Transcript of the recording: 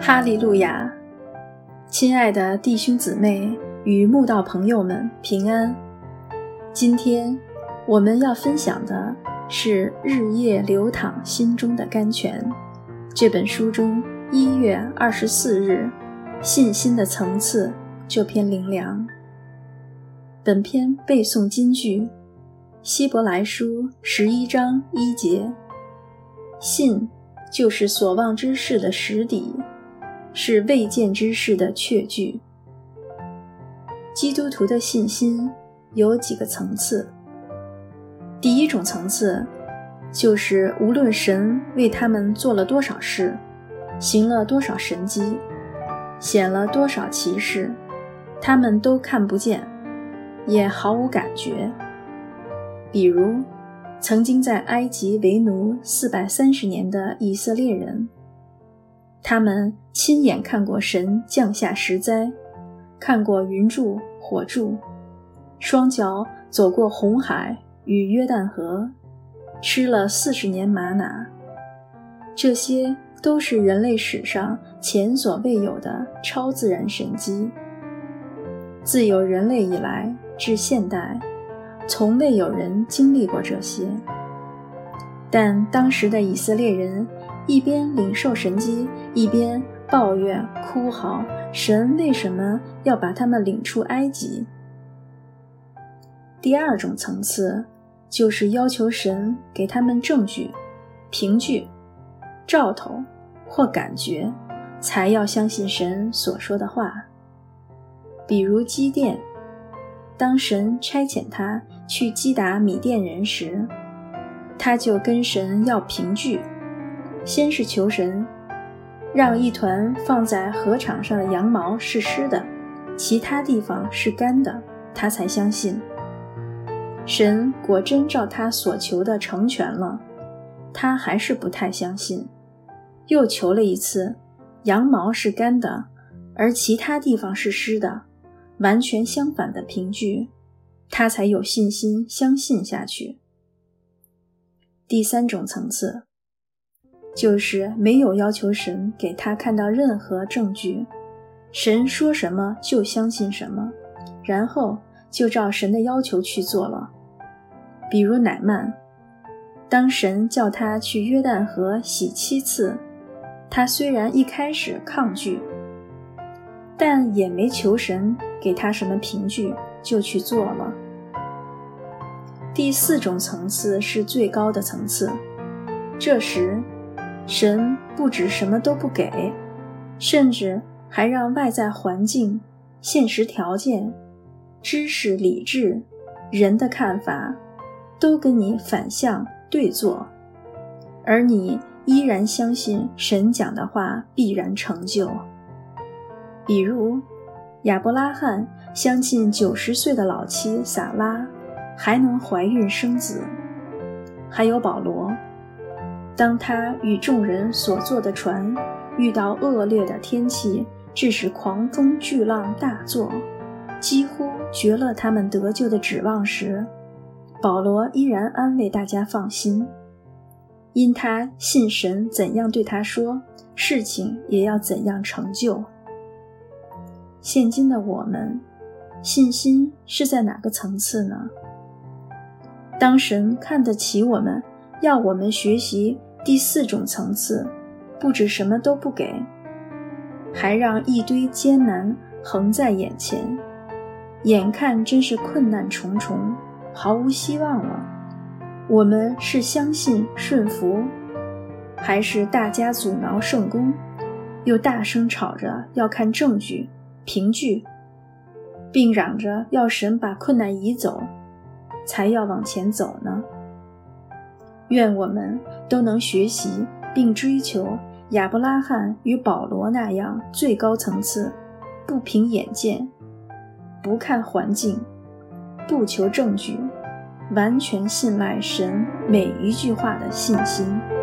哈利路亚！亲爱的弟兄姊妹与慕道朋友们平安。今天我们要分享的是日夜流淌心中的甘泉这本书中1月24日信心的层次这篇灵粮。本篇背诵金句，希伯来书11章1节，信就是所望之事的实底，是未见之事的确据。基督徒的信心有几个层次。第一种层次，就是无论神为他们做了多少事，行了多少神迹，显了多少奇事，他们都看不见，也毫无感觉。比如曾经在埃及为奴430年的以色列人，他们亲眼看过神降下十灾，看过云柱火柱，双脚走过红海与约旦河，吃了40年玛瑙。这些都是人类史上前所未有的超自然神迹。自有人类以来至现代，从未有人经历过这些。但当时的以色列人一边领受神迹，一边抱怨哭嚎，神为什么要把他们领出埃及？第二种层次，就是要求神给他们证据、凭据、兆头或感觉，才要相信神所说的话。比如基甸，当神差遣他去击打米甸人时，他就跟神要凭据，先是求神让一团放在禾场上的羊毛是湿的，其他地方是干的，他才相信。神果真照他所求的成全了，他还是不太相信，又求了一次，羊毛是干的，而其他地方是湿的，完全相反的凭据，他才有信心相信下去。第三种层次，就是没有要求神给他看到任何证据，神说什么就相信什么，然后就照神的要求去做了。比如乃曼，当神叫他去约旦河洗7次，他虽然一开始抗拒，但也没求神给他什么凭据，就去做了。第四种层次是最高的层次，这时神不止什么都不给，甚至还让外在环境、现实条件、知识、理智、人的看法都跟你反向对做，而你依然相信神讲的话必然成就。比如亚伯拉罕相信90岁的老妻撒拉还能怀孕生子，还有保罗，当他与众人所坐的船遇到恶劣的天气，致使狂风巨浪大作，几乎绝了他们得救的指望时，保罗依然安慰大家放心，因他信神怎样对他说，事情也要怎样成就。现今的我们，信心是在哪个层次呢？当神看得起我们，要我们学习第4种层次，不止什么都不给，还让一堆艰难横在眼前，眼看真是困难重重，毫无希望了。我们是相信顺服，还是大家阻挠圣工，又大声吵着要看证据、凭据，并嚷着要神把困难移走，才要往前走呢？愿我们都能学习并追求亚伯拉罕与保罗那样最高层次，不凭眼见，不看环境，不求证据，完全信赖神每一句话的信心。